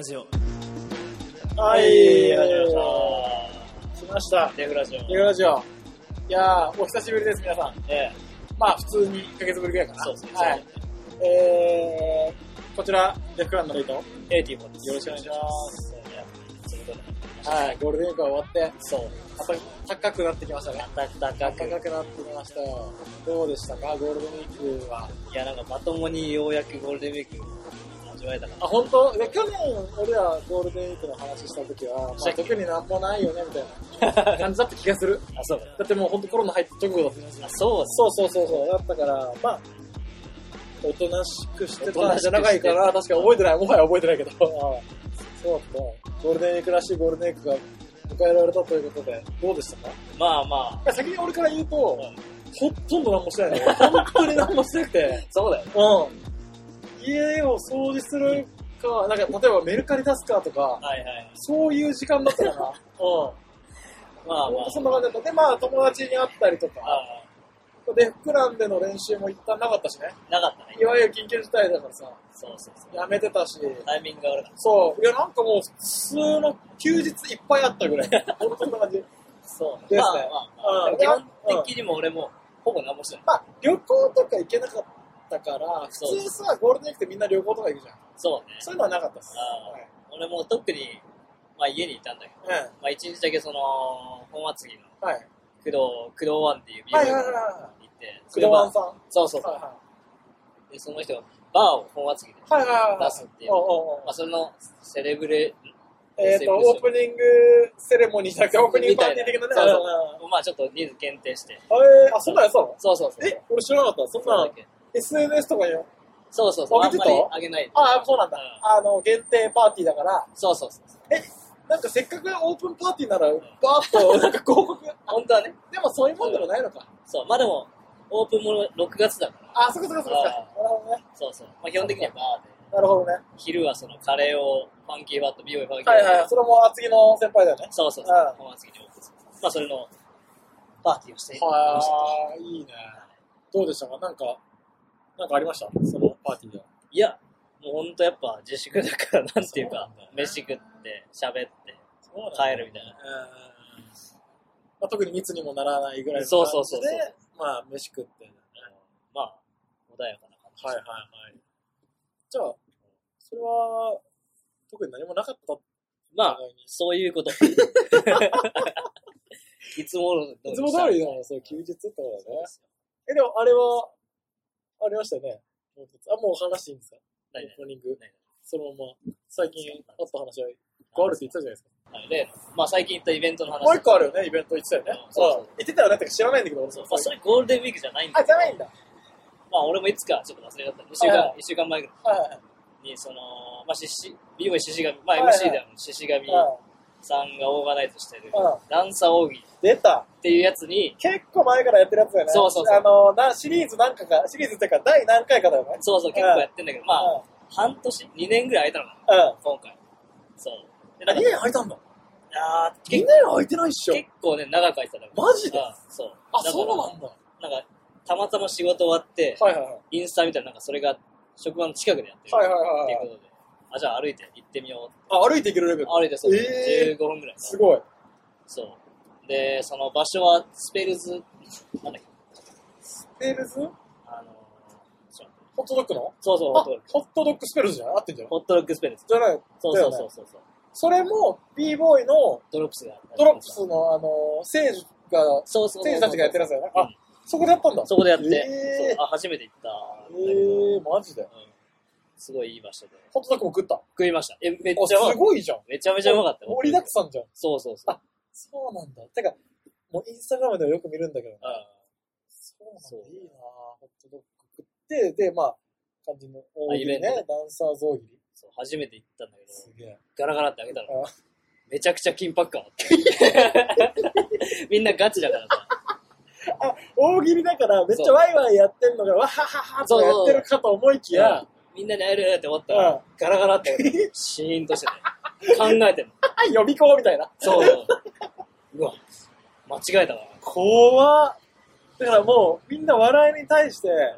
ラジオ。 はい、始まりました。 デフラジオ。 デフラジオ。いやー、お久しぶりです、皆さん。まあ、普通に1ヶ月ぶりぐらいかな。 そうですね。 はい。こちら、デフクランのレイト。 84です。 よろしくお願いします。 はい、 ゴールデンウィークが終わって、 そう。 暖かくなってきましたね。 暖かくなってきましたよ。どうでしたか、ゴールデンウィークは。 いや、なんかまともにようやくゴールデンウィーク味わえたかな。 あ、本当？で、去年、俺らゴールデンウィークの話した時は、まあ、特になんもないよね、みたいな感じだった気がする。 あ、そうだ。 だってもう本当コロナ入って直後だったんですよ。 あ、そうだったから、まあ、おとなしくしてたんじゃないかな。確か覚えてない。もはや覚えてないけど。そうだった。ゴールデンウィークらしいゴールデンウィークが迎えられたということで、どうでしたか？ まあまあ。先に俺から言うと、ほとんど何もしてないの。本当に何もしてなくて。 そうだよ。 家を掃除するか、なんか例えばメルカリ出すかとか、そういう時間だったかな。 まあまあ。 そんな感じだった。で、まあ友達に会ったりとか。で、フクランでの練習も一旦なかったしね。 なかったね。 いわゆる緊急事態だからさ。 そう。 やめてたし。 タイミングが悪かった。 そう。いや、なんかもう普通の休日いっぱいあったぐらい。ほんとそんな感じ。 そうですね。 まあ。基本的にも俺もほぼ何もしてない。 まあ、旅行とか行けなかったから、普通さ、ゴールデンウィークってみんな旅行とか行くじゃん。 そうね。 そういうのはなかったです。 俺も特に、まあ家にいたんだけど、まあ一日だけその、本厚木の、工藤湾っていうビールに行って、 工藤湾さん。 そう。で、その人がバーを本厚木で出すっていう、まあそのセレブレ、 オープニングセレモニーじゃなくて、オープニングパーティー的なね。 まあちょっと人数限定して。 あ、そんなんやったの？ そう。 俺知らなかった。そんな SNS とかに。 そう。 あげてた？ あげない。 あ、そうなんだ。限定パーティーだから。 そう。 なんかせっかくオープンパーティーなら、バーッと、なんか広告。 本当はね。 でもそういうもんでもないのか。 そう。まあでも、オープンも6月だから。 あ、そっか。なるほどね。 そう。まあ基本的にはバーで。 なるほどね。 昼はそのカレーをファンキーバット、美容ファンキーバット。それも厚木の先輩だよね。 そう。本厚木にオープンする。まあそれのパーティーをしていました。 いいね。どうでしたか？なんかありました？そのパーティーでは。 いや、もうほんとやっぱ自粛だからなんていうか、飯食って喋って帰るみたいな。 まあ特に密にもならないぐらいの感じで、まあ飯食って。 まあ穏やかな感じ。 はい。じゃあ、それは、特に何もなかった？ まあ、そういうこと。いつも通りだもん、そう、休日ってことだね。でも、あれは、ありましたよね。もう話していいんですか？オープニング。そのまま、最近あった話は、あるって言ったじゃないですか。 まあ最近行ったイベントの話。 もう一個あるよね、イベント言ってたよね。そう。言ってたよねって知らないんだけど、俺。 それゴールデンウィークじゃないんだ。 あ、じゃないんだ。 まあ俺もいつかちょっと忘れちゃった。1週間前ぐらいに、その、まあ美容師獅子神、まあ MC で獅子神さんがオーガナイズしてる、ダンサー大喜利。 出たっていうやつに、 結構前からやってるやつだよね。 そう。 シリーズ何回か、シリーズっていうか、第何回かだよね。 そう、結構やってんだけど、まあ、半年 ?2 年ぐらい空いたのかな。今回。そう。 2年空いたんだ。2年空いてないっしょ。 結構ね、長く空いてた。 マジで？ そう。 あ、そうなんだ。 なんか、たまたま仕事終わって、インスタ見たらなんかそれが職場の近くでやってる。っていうことで、じゃあ歩いて行ってみよう。 歩いて行けるレベル？ 歩いてそう。15分ぐらい。 すごい。 そう。で、その場所はスペルズ、なんだっけ？ スペルズ？ホットドッグの？そう、ホットドッグスペルズじゃん？合ってんじゃん？ ホットドッグスペルズ。 じゃない？ そう。 それも、b ボーイのドロップスの、 聖司たちがやってるやつだよね。あ、そこでやったんだ。 そこでやって。初めて行った。 マジで？ すごいいい場所で。 ホットドッグも食いました。めっちゃすごいじゃん。 めちゃめちゃうまかったよ。 盛りだくさんじゃん。 そう。 あ、そうなんだ。てか、もうインスタグラムではよく見るんだけど。そうなんだ。いいなぁ。ホットドッグ食って、で、まあ、感じの大喜利ね。ダンサーズ大喜利。 そう、初めて行ったんだけど。 すげえ。 ガラガラって開けたの。めちゃくちゃ緊迫感あった。みんなガチだからさ。 大喜利だからめっちゃワイワイやってんのがわはははとやってるかと思いきや、 みんなでやるって思ったら、ガラガラってシーンとしてて、考えてんの。 予備校みたいな。 そう。うわ、間違えたわ。 怖っ。だからもうみんな笑いに対して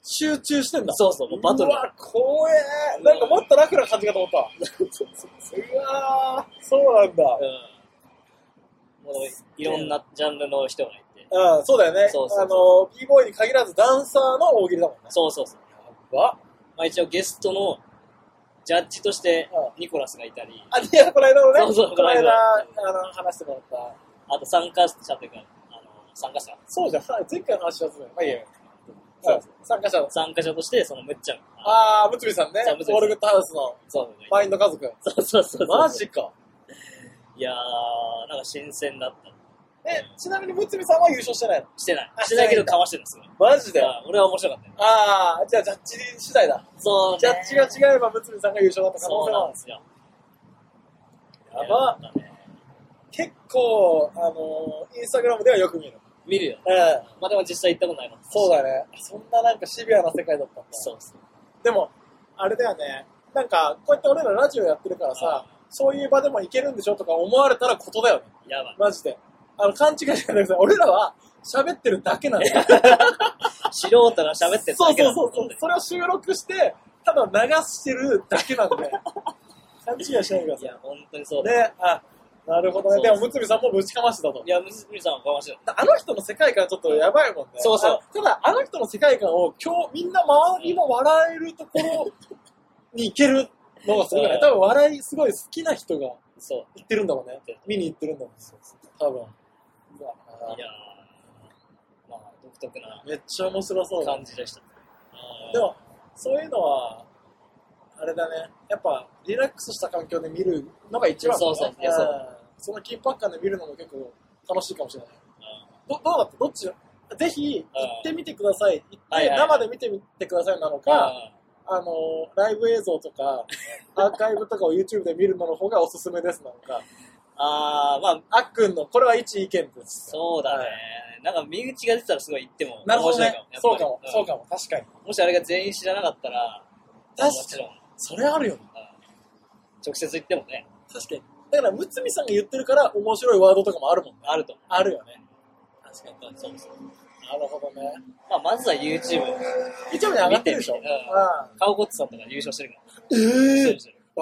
集中してんだ。 そうそう、もうバトル。 うわ、怖え。なんかもっと楽な感じかと思った。うわー、そうなんだ。 もういろんなジャンルの人がいて。 うん、そうだよね。 そうそうそ b ボーイに限らずダンサーの大喜利だもんね。 そうそうそう。 やば。 まあ一応ゲストのジャッジとしてニコラスがいたり。 あ、いや、この間のね。 そうそう、 この間、話してもらった。 あと参加者というか、参加者。 そうじゃん。前回の話しやつだよ。まあいいよ。参加者として、そのむっちゃん。 あー、むつみさんね。オールグッドハウスのマインド家族。 そう。 マジか。 いやー、なんか新鮮だった。 ちなみにむつみさんは優勝してないの？ してない。してないけどかわしてるんですよ。 マジで？ 俺は面白かったよ。 あー、じゃあジャッジ次第だ。 そうね。 ジャッジが違えばむつみさんが優勝だった可能性そうなんですよ。 やば。結構、インスタグラムではよく見る。 見るよ。まあでも実際行ったことないもん。 そうだね。そんななんかシビアな世界だったんだ。 そうそう。 でも、あれだよね。なんか、こうやって俺らラジオやってるからさ、そういう場でもいけるんでしょとか思われたらことだよね。 やばい。 マジで。勘違いじゃなくて、俺らは喋ってるだけなんだよ。 素人が喋ってるだけなんだ。 そう。それを収録して、ただ流してるだけなんで。勘違いしないでください。 いや、本当にそうだ。 ね、なるほどね。でも、むつみさんもぶちかましてたと。 いや、むつみさんはかましてた。 あの人の世界観ちょっとやばいもんね。 そう。 ただ、あの人の世界観を今日みんな周りも笑えるところに行けるのがすごいね。多分笑いすごい好きな人が行ってるんだもんね。見に行ってるんだもん。多分。 いやー、まあ、独特なめっちゃ面白そう感じでした。 でも、そういうのは、あれだね。やっぱ、リラックスした環境で見るのが一番だね。 そう。 その緊迫感で見るのも結構楽しいかもしれない。どうだった？どっち？ぜひ、行ってみてください。行って生で見てみてくださいなのか、ライブ映像とか、アーカイブとかを YouTube で見るのの方がおすすめですなのか。 まあ、 あっくんの、これは一意見です。 そうだね。なんか、身内が出てたらすごい行っても面白いかも。 なるほどね。 そうかも、確かに。 もしあれが全員知らなかったら、 確かに。それあるよね。 直接行ってもね。 確かに。だから、むつみさんが言ってるから、面白いワードとかもあるもんね。 あると。 あるよね。 確かに。そう。 なるほどね。 まあ、まずは YouTube。 YouTube に上がってるでしょ。 カオゴッツさんとか優勝してるから。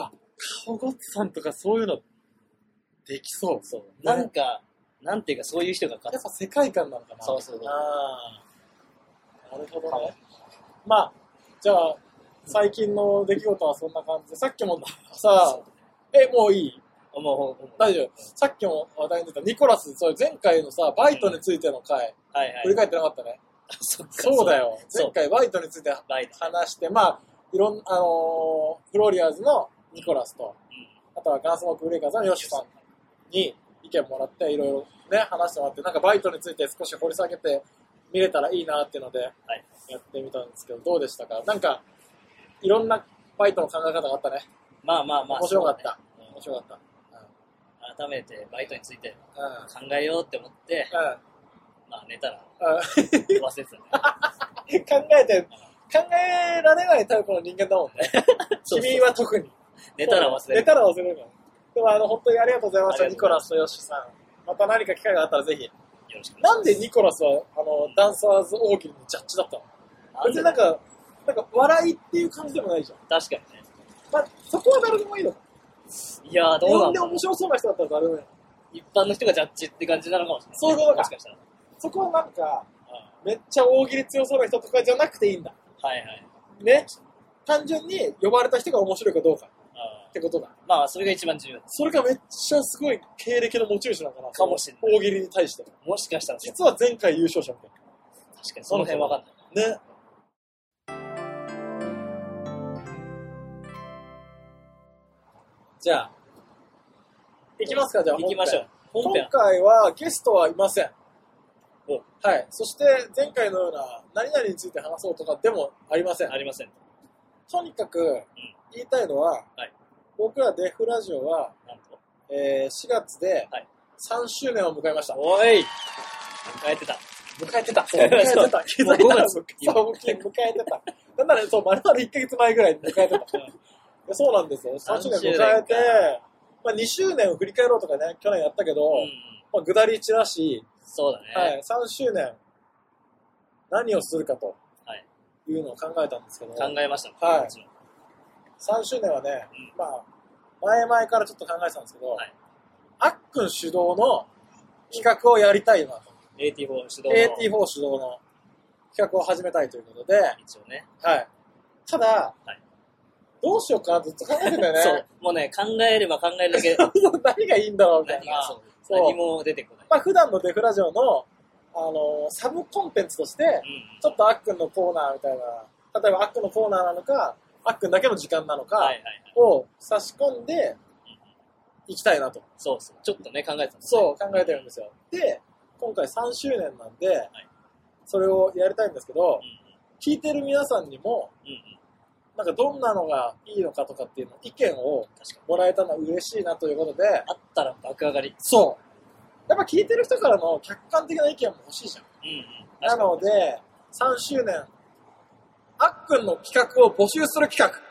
カオゴッツさんとかそういうの、できそう。 そう。なんか、なんていうかそういう人がやっぱ世界観なのかな。 そう。 なるほどね。まあ、じゃあ、最近の出来事はそんな感じで、さっきもさ、もういい？ もう大丈夫。さっきも話題に出たニコラス、前回のさ、バイトについての回、振り返ってなかったね。そうだよ。前回バイトについて話して、まあ、フロリアーズのニコラスと、あとはガンスモークブレイカーズのヨシさんに意見もらって、いろいろね、話してもらって、なんかバイトについて少し掘り下げて見れたらいいなっていうので、やってみたんですけど、どうでしたか？なんか、いろんなバイトの考え方があったね。 まあ。 面白かった。面白かった。 改めてバイトについて考えようって思って、まあ寝たら忘れてたね。 考えられないタイプの人間だもんね。君は特に。 寝たら忘れる。 でも本当にありがとうございました、ニコラスとヨッシュさん。また何か機会があったらぜひ。 よろしくお願いします。 なんでニコラスはダンサーズ大喜利のジャッジだったの？別になんか笑いっていう感じでもないじゃん。 確かにね。 まあ、そこは誰でもいいのか。 いやー、どうなんだろう。 面白そうな人だったら誰でもいいの。 一般の人がジャッジって感じなのかもしれない。 そういうことか。 もしかしたら。 そこはなんか、めっちゃ大喜利強そうな人とかじゃなくていいんだ。ね。単純に呼ばれた人が面白いかどうかってことだ。 まあ、それが一番重要だ。 それがめっちゃすごい経歴の持ち主なのかな。 かもしれない。 大喜利に対して。 もしかしたら。 実は前回優勝者みたいな。 確かに、その辺わかんない。 ね。じゃあ、行きますか、じゃあ。 行きましょう。 今回はゲストはいません。はい。そして前回のような何々について話そうとかでもありません。 ありません。 とにかく言いたいのは、僕らデフラジオは、4月で3周年を迎えました。 おい！迎えてた。 迎えてた。気づいたら迎えてた。なんなら丸々1ヶ月前ぐらいに迎えてた。そうなんですよ。3周年迎えて、まあ、2周年を振り返ろうとかね、去年やったけど、まあ、ぐだり散らし、 そうだね。 3周年、何をするかというのを考えたんですけど。 考えました。 はい。3周年はね、まあ、前々からちょっと考えてたんですけど、あっくん主導の企画をやりたいなと。 AT4 主導の企画を始めたいということで、 一応ね。 はい。ただ、どうしようかなずっと考えてんだよね。 そう。もうね、考えれば考えるだけ。 何がいいんだろうみたいな。 何も出てこない。 まあ普段のデフラジオの、サブコンテンツとして、ちょっとあっくんのコーナーみたいな、例えばあっくんのコーナーなのか、あっくんだけの時間なのかを差し込んでいきたいなと。 そう。ちょっとね、考えてたんです。 そう、考えてるんですよ。で、今回3周年なんで、それをやりたいんですけど、聞いてる皆さんにも、なんかどんなのがいいのかとかっていうの意見をもらえたのは嬉しいなということで、 あったら爆上がり。 そう。やっぱ聞いてる人からの客観的な意見も欲しいじゃん。なので、3周年、あっくんの企画を募集する企画。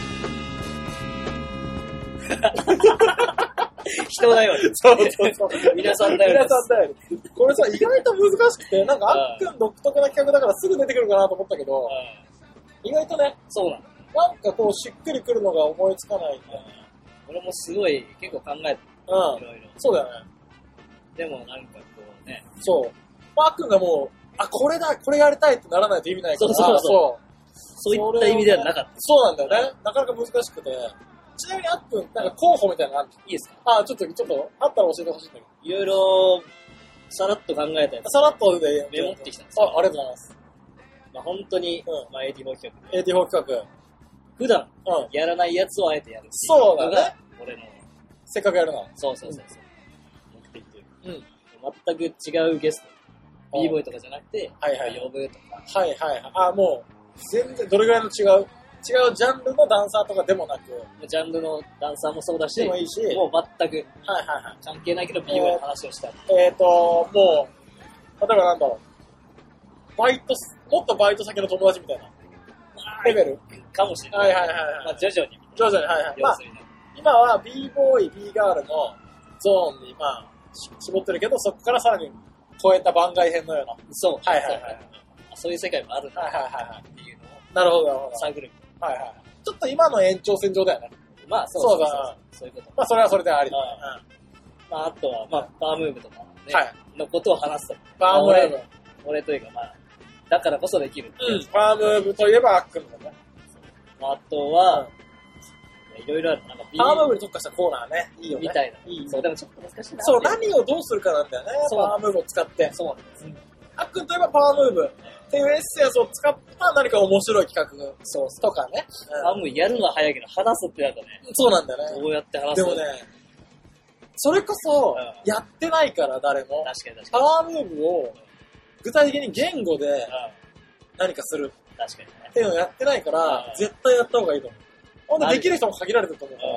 人だよね。 そう。 皆さんだよね。 これさ、意外と難しくて、なんかあっくん独特な企画だからすぐ出てくるかなと思ったけど、意外とね、 そうなの。 なんかこうしっくりくるのが思いつかないんだよね。 俺もすごい結構考えた。いろいろ。そうだよね。 でもなんかこうね。 そう。あっくんがもう、これやりたいってならないと意味ないから。 そういった意味ではなかった。 そうなんだよね。なかなか難しくて。ちなみにあっくん、なんか候補みたいなのあるんですか？ いいですか？ ちょっと、あったら教えてほしいんだけど。 いろいろ、さらっと考えたやつ。 さらっとでメモってきたんですありがとうございます。 まあ本当に、AT4 企画。 AT4 企画。 普段、やらないやつをあえてやる。 そうだね。 俺の。 せっかくやるな。 そう。目的というか。全く違うゲスト。b ボーイとかじゃなくて、呼ぶとか。もう、全然どれぐらいの違うジャンルのダンサーとかでもなく。 ジャンルのダンサーもそうだし、 でもいいし、 もう全く、関係ないけど b ボーイの話をしたい。 もう、例えばなんだろう。もっとバイト先の友達みたいな。レベルかもしれない。まあ徐々に。まあ、 今は b ボーイ、b ガールのゾーンに、まあ、絞ってるけど、そこからさらに超えた番外編のような。 そう。そういう世界もあるんだっていうのを。 なるほど。 探る。 ちょっと今の延長線上だよね。 まあ、そうだ。そういうこと。 まあ、それはそれであり。 まあ、あとは、まあ、パームーブとかね、のことを話すと。 パームーブ。 俺というか、まあ、だからこそできる。 パームーブといえばあっくんだね。 あとは、いろいろある。なんかパームーブに特化したコーナーね。いいよね。 みたいな。そう、でもちょっと難しいな。 そう、何をどうするかなんだよね。パームーブを使って。 そうなんです。 あっくんといえばパワームーブっていうエッセンスを使った何か面白い企画とかね。 パワームーブやるのは早いけど、話すってなるとね。 そうなんだよね。 どうやって話すでもね、それこそ、やってないから誰も。 確かに。 パワームーブを具体的に言語で何かする。 確かにね。 っていうのをやってないから、絶対やった方がいいと思う。ほんとできる人も限られてると思うから。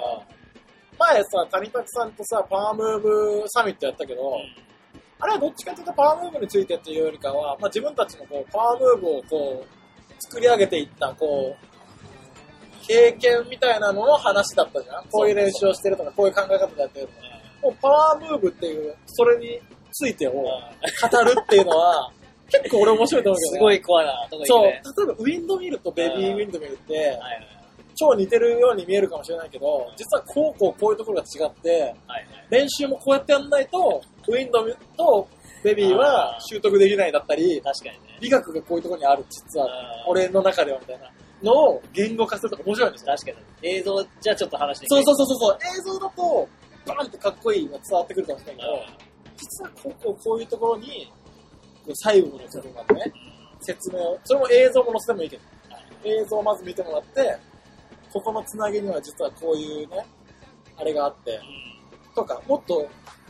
前さ、谷拓さんとさ、パワームーブサミットやったけど、あれはどっちかというとパワームーブについてっていうよりかは、まあ、自分たちのこうパワームーブをこう作り上げていったこう経験みたいなのの話だったじゃん。こういう練習をしてるとか、こういう考え方でやってるとか。もうパワームーブっていう、それについてを語るっていうのは、結構俺面白いと思うけどね。 すごいコアなとこそう、例えばウィンドミルとベビーウィンドミルって、超似てるように見えるかもしれないけど、実はこういうところが違って、練習もこうやってやんないと、ウィンドとベビーは習得できないだったり、 確かにね、 美学がこういうところにある、実は、俺の中ではみたいなのを言語化するとか面白いんですよ。 確かに。映像じゃちょっと話してそう。映像だと、バーンってかっこいいの伝わってくるかもしれないけど、実はこういうところに、細部も載せてもらってね、説明を、それも映像も載せてもいいけど、映像をまず見てもらって、ここのつなぎには実はこういうね、あれがあって、とか、もっと、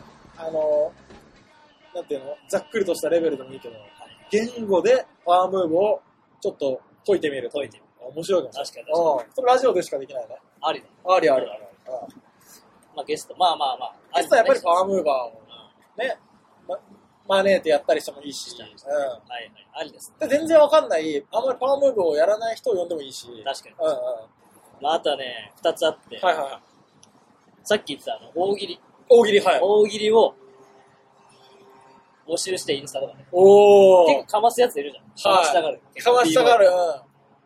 なんていうの、ざっくりとしたレベルでもいいけど、言語でパワームーブをちょっと解いてみる。面白いかも。 確かに。 それラジオでしかできないね。 ありだ。 あり。 まあゲスト、まあ。 ゲストはやっぱりパワームーバーをね、招いてやったりしてもいいし。 ありです。 全然わかんない、あんまりパワームーブをやらない人を呼んでもいいし。 確かに。まああとはね、2つあって。さっき言ってた大喜利。大喜利を募集してインスタとかね。結構かますやついるじゃん。かましたがる。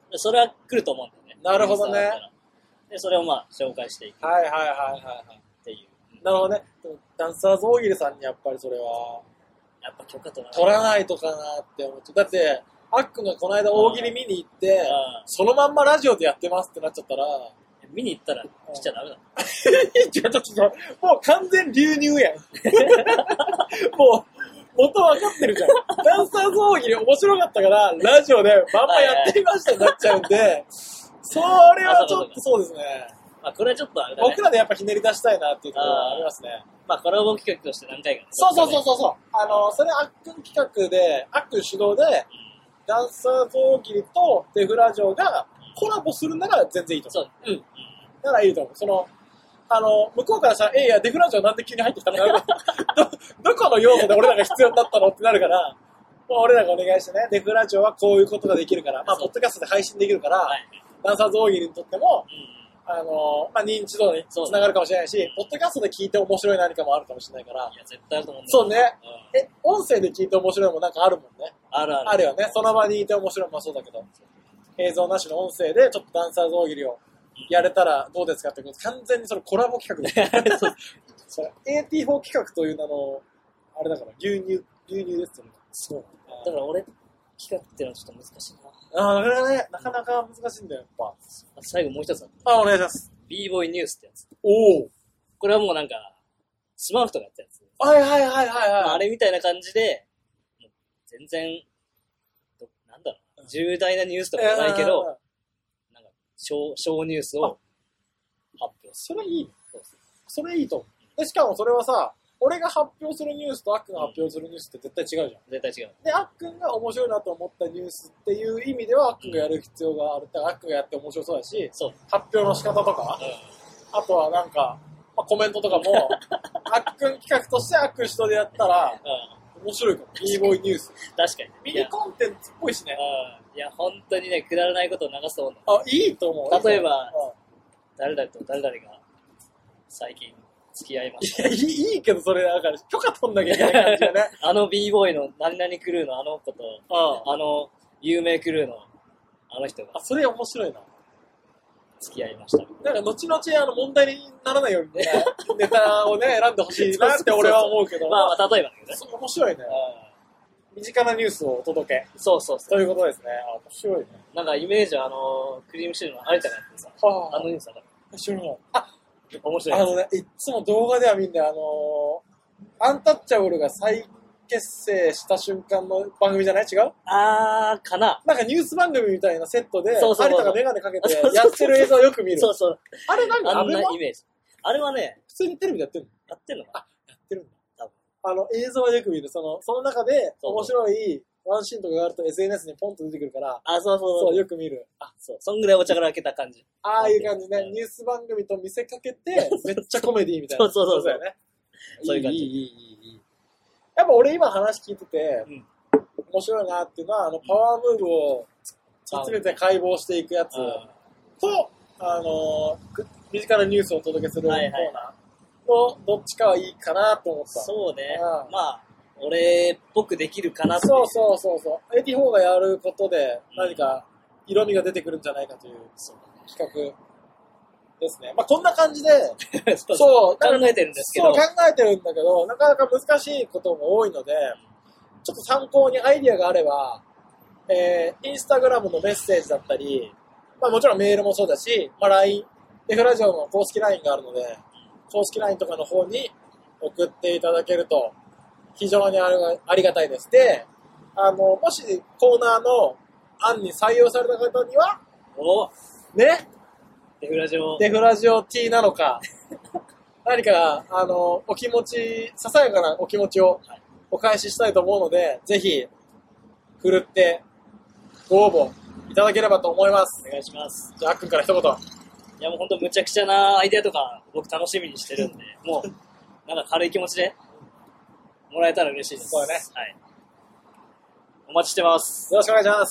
それは来ると思うんだよね。 なるほどね。 で、それをまあ、紹介していく。 はいはいはいはいはい。 っていう。 なるほどね。ダンサーズ大喜利さんにやっぱりそれは、 やっぱ許可取らないとかなって思って。だって、あっくんがこの間大喜利見に行って、そのまんまラジオでやってますってなっちゃったら、 見に行ったら来ちゃダメだ。 ちょっと、もう完全流入やん。もう、元分かってるじゃん。ダンサーズ大喜利面白かったから、ラジオでまんまやってみましたになっちゃうんで、それはちょっとそうですね。 まあこれはちょっとあれだね。 僕らでやっぱひねり出したいなっていうところがありますね。 まあコラボ企画として何回か、ね。 そう。それあっくん企画で、あっくん主導で、ダンサーズ大喜利とデフラジオがコラボするなら全然いいと思う。 そう。うん。 ならいいと思う。向こうからさ、いや、デフラジオなんで急に入ってきたのどこの要素で俺らが必要になったのってなるから、もう俺らがお願いしてね、デフラジオはこういうことができるから、まあ、ポッドキャストで配信できるから、はい、ダンサーズ大喜利にとっても、まあ、認知度につながるかもしれないし、ポッドキャストで聞いて面白い何かもあるかもしれないから。いや、絶対あると思うんだ。 そうね。音声で聞いて面白いもなんかあるもんね。 ある。 あるよね。その場にいて面白いもそうだけど。映像なしの音声でちょっとダンサーズ大喜利をやれたらどうですかってこと、完全にそれコラボ企画です。それ AT4 企画という名の、あれだから、牛乳ですよね。 そう。だから俺、企画ってのはちょっと難しいな。 あれね、なかなか難しいんだよ、やっぱ。 最後もう一つお願いします。 b ボーイニュースってやつ。 おお。 これはもうなんか、スマーフとかやったやつ。 はい。 あれみたいな感じで、全然、なんだろう、重大なニュースとかじゃないけど、なんか小ニュースを発表する。 それいい。それいいと思う。で、しかもそれはさ、俺が発表するニュースとあっくんが発表するニュースって絶対違うじゃん。 絶対違う。 で、あっくんが面白いなと思ったニュースっていう意味では、あっくんがやる必要がある。だからあっくんがやって面白そうだし、 そう発表の仕方とか、あとはなんか、まあ、コメントとかも、あっくん企画としてあっくん主導でやったら、面白いかも。b ボーイニュース。 確かに。 ミニコンテンツっぽいしね。 いや、本当にね、くだらないことを流すと思う。 いいと思う。 例えば、誰々と誰々が最近付き合いました。 いいけど、それ、だから許可取んなきゃいけない感じだね。 b ボーイの何々クルーのあの子と、有名クルーのあの人が。 それ面白いな。 付き合いました。 なんか、後々、問題にならないようにね、ネタをね、選んでほしいなって俺は思うけど。 まあ、例えばだけどね。 面白いね。身近なニュースをお届け。 そう。 ということですね。面白いね。 なんか、イメージはクリームシチューの有田がやってさ、あのニュースだから。 知らない。 面白い。 ね、いつも動画ではみんな、アンタッチャブルが再結成した瞬間の番組じゃない？違う？ かな。 なんかニュース番組みたいなセットで、有田がメガネかけてそうやってる映像をよく見る。 そう。 あれなんかあんなイメージ。あれはね、 普通にテレビでやってるの？ やってるのかな？ やってるんだ。多分。映像はよく見る。その中で面白いワンシーンとかがあると SNS にポンと出てくるから、そう、よく見る。 そう。そんぐらいお茶から開けた感じ。 ああいう感じね。ニュース番組と見せかけて、めっちゃコメディみたいな。 そうだよね。 そういう感じ。 いい。やっぱ俺今話聞いてて、面白いなっていうのは、パワームーブを集めて解剖していくやつと、身近なニュースをお届けするコーナーのどっちかはいいかなと思った。 そうね。まあ、俺っぽくできるかなって。 そう。AT4 がやることで何か色味が出てくるんじゃないかという企画ですね。まあこんな感じで、 そう考えてるんですけど。 そう考えてるんだけど、なかなか難しいことも多いので、ちょっと参考にアイディアがあれば、インスタグラムのメッセージだったり、まあもちろんメールもそうだし、まあ LINE、F ラジオの公式 LINE があるので、公式 LINE とかの方に送っていただけると、非常にありがたいです。で、もしコーナーの案に採用された方には、ね、 デフラジオ T なのか、何か、お気持ち、ささやかなお気持ちをお返ししたいと思うので、ぜひ、振るって、ご応募いただければと思います。 お願いします。 じゃあ、あっくんから一言。 いや、もうほんとむちゃくちゃなアイデアとか、僕楽しみにしてるんで、もう、なんか軽い気持ちで、もらえたら嬉しいです。 そうだね。 はい。お待ちしてます。 よろしくお願いします。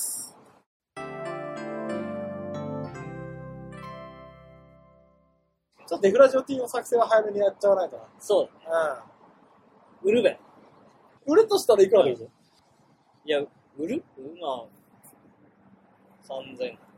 ちょっとデフラジオ T の作成は早めにやっちゃわないとな。 そうだね。売るべ。 売るとしたらいくらでいいの？ いや、売るまあ、3000。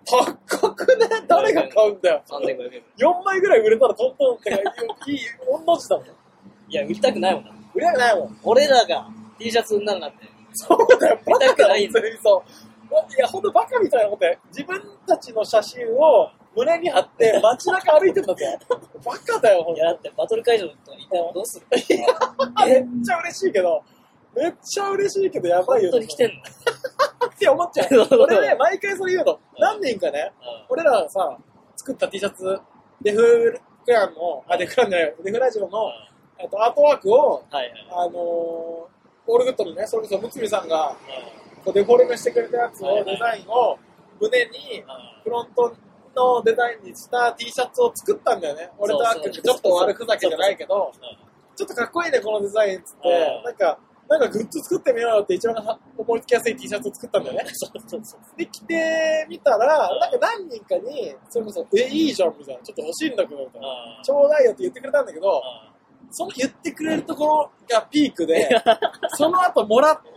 高くね？誰が買うんだよ。 3500円。 4枚ぐらい売れたらトントンっていい、御の字だもん。 いや、売りたくないもんな。 売りたくないもん。 俺らが T シャツ売んなくなって。 そうだよ、バカだよ、 売りたくないんだそう。いや、ほんとバカみたいなことで、自分たちの写真を胸に貼って街中歩いてんだぜ。バカだよ、ほんと。 いや、だってバトル会場とか行ったらどうする？ めっちゃ嬉しいけど、やばいよ。 本当に来てんのって思っちゃう。俺ね、毎回そう言うの。何年かね、俺らがさ、作った T シャツ、デフクランの、デフクランじゃない、デフラジオの、アートワークを、オールグッドのね、それこそむつみさんが、デフォルメしてくれたやつを、デザインを胸に、フロントのデザインにした T シャツを作ったんだよね。俺とあっくんちょっと悪ふざけじゃないけど、ちょっとかっこいいね、このデザインっつって、なんかグッズ作ってみようよって一番思いつきやすい T シャツを作ったんだよね。で、着てみたら、なんか何人かに、それこそ、いいじゃんみたいな、ちょっと欲しいんだけど、みたいな。ちょうだいよって言ってくれたんだけど、その言ってくれるところがピークで、その後もらった、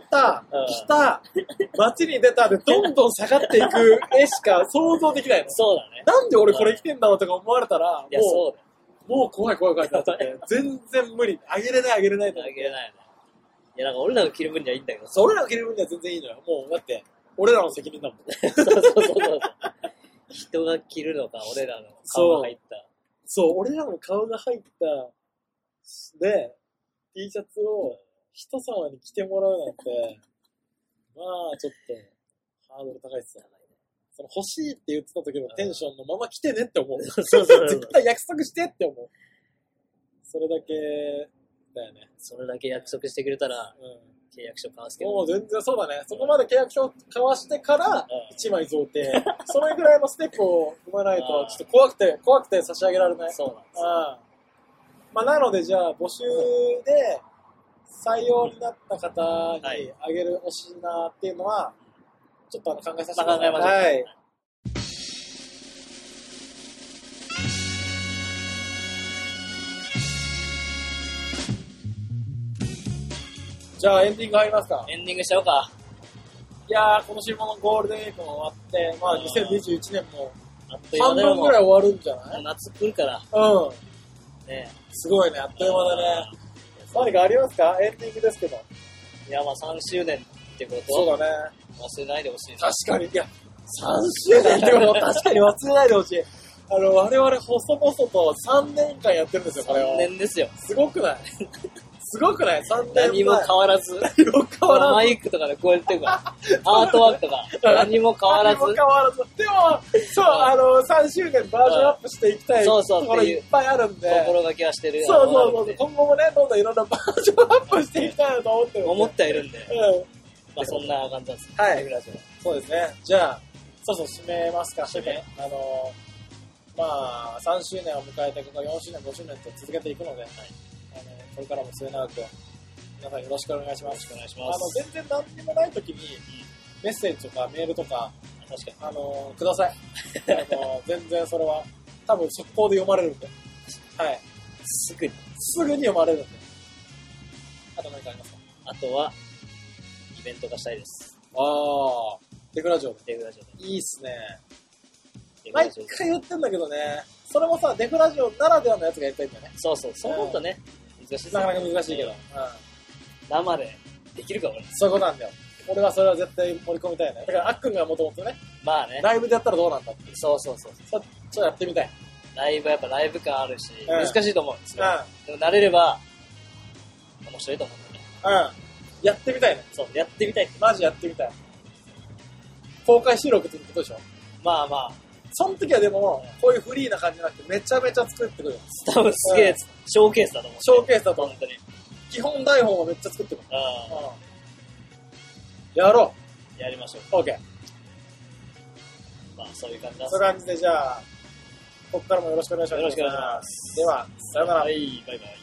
着た、街に出たでどんどん下がっていく絵しか想像できないの。 そうだね。 なんで俺これ着てんだろうとか思われたら、 いや、そうだよ。 もう怖いってなって、全然無理。あげれないと思って。 あげれないね。いや、なんか俺らが着る分にはいいんだけど。 そう、俺らが着る分には全然いいのよ。もう、だって、俺らの責任だもん。 そう。人が着るのか、俺らの顔が入った。 そう、俺らの顔が入った、で、T シャツを人様に着てもらうなんて、まあ、ちょっと、ハードル高いっすよ。その欲しいって言ってた時のテンションのまま来てねって思う。絶対約束してって思う。それだけだよね。 それだけ約束してくれたら、契約書交わすけど。 もう全然そうだね。そこまで契約書交わしてから、1枚贈呈。それぐらいのステップを踏まないと、ちょっと怖くて差し上げられない。 そうなんです。 まあ、なので、じゃあ、募集で採用になった方にあげるお品っていうのは、ちょっと考えさせてください。 考えましょう。はい。 じゃあエンディング入りますか。 エンディングしちゃおうか。 いやー、今年もゴールデンウィークも終わって、まあ2021年も半分分ぐらい終わるんじゃない？ 夏来るから。ね、 すごいね、あっという間だね。何かありますか？エンディングですけど。 いや、まあ3周年ってことそうだね。 忘れないでほしい。 確かに。いや、3周年ってこと確かに忘れないでほしい。我々細々と3年間やってるんですよ、これを。 3年ですよ。 すごくない？すごくない？ 3 年前。 何も変わらず。マイクとかでこうやってるから。アートワークとか。何も変わらず。 でも、そう、3周年バージョンアップしていきたいところいっぱいあるんで。 心がけはしてる。 そう。今後もね、どんどんいろんなバージョンアップしていきたいなと思ってる。 思ってはいるんで。まあそんな感じなんです。 はい。そうですね。じゃあ、そう締めますか。締め。まあ、3周年を迎えて、ここ4周年、5周年と続けていくので、これからも末永く皆さんよろしくお願いします。 よろしくお願いします。 全然何にもない時にメッセージとかメールとか、 確かにください。全然それは多分速攻で読まれるんで。はい。すぐに読まれるんで。あと何かありますか？ あとは、イベントがしたいです。 デフラジオで。いいっすね。毎回言ってんだけどね。それもさ、デフラジオならではのやつがやりたいんだよね。 そう。そう思うとね、難しい。 なかなか難しいけど。 生でできるか俺。 そういうことなんだよ。俺はそれは絶対盛り込みたいね。だからあっくんがもともとね。 まあね。 ライブでやったらどうなんだって。 そう。 ちょっとやってみたい。 ライブやっぱライブ感あるし、難しいと思うんですよ。でも慣れれば、面白いと思うんだよね。 やってみたいね。 そう、やってみたい。 マジやってみたい。公開収録ってことでしょ？ まあ。 その時はでも、こういうフリーな感じじゃなくて、めちゃめちゃ作ってくるよ。 多分すげえ、ショーケースだと思う。 ショーケースだと思う。 本当に。 基本台本をめっちゃ作ってくる。やろう。やりましょう。 OK。 まあ、そういう感じだ。 そういう感じで、じゃあ、ここからもよろしくお願いします。 よろしくお願いします。 では、さよなら。 はい、バイバイ。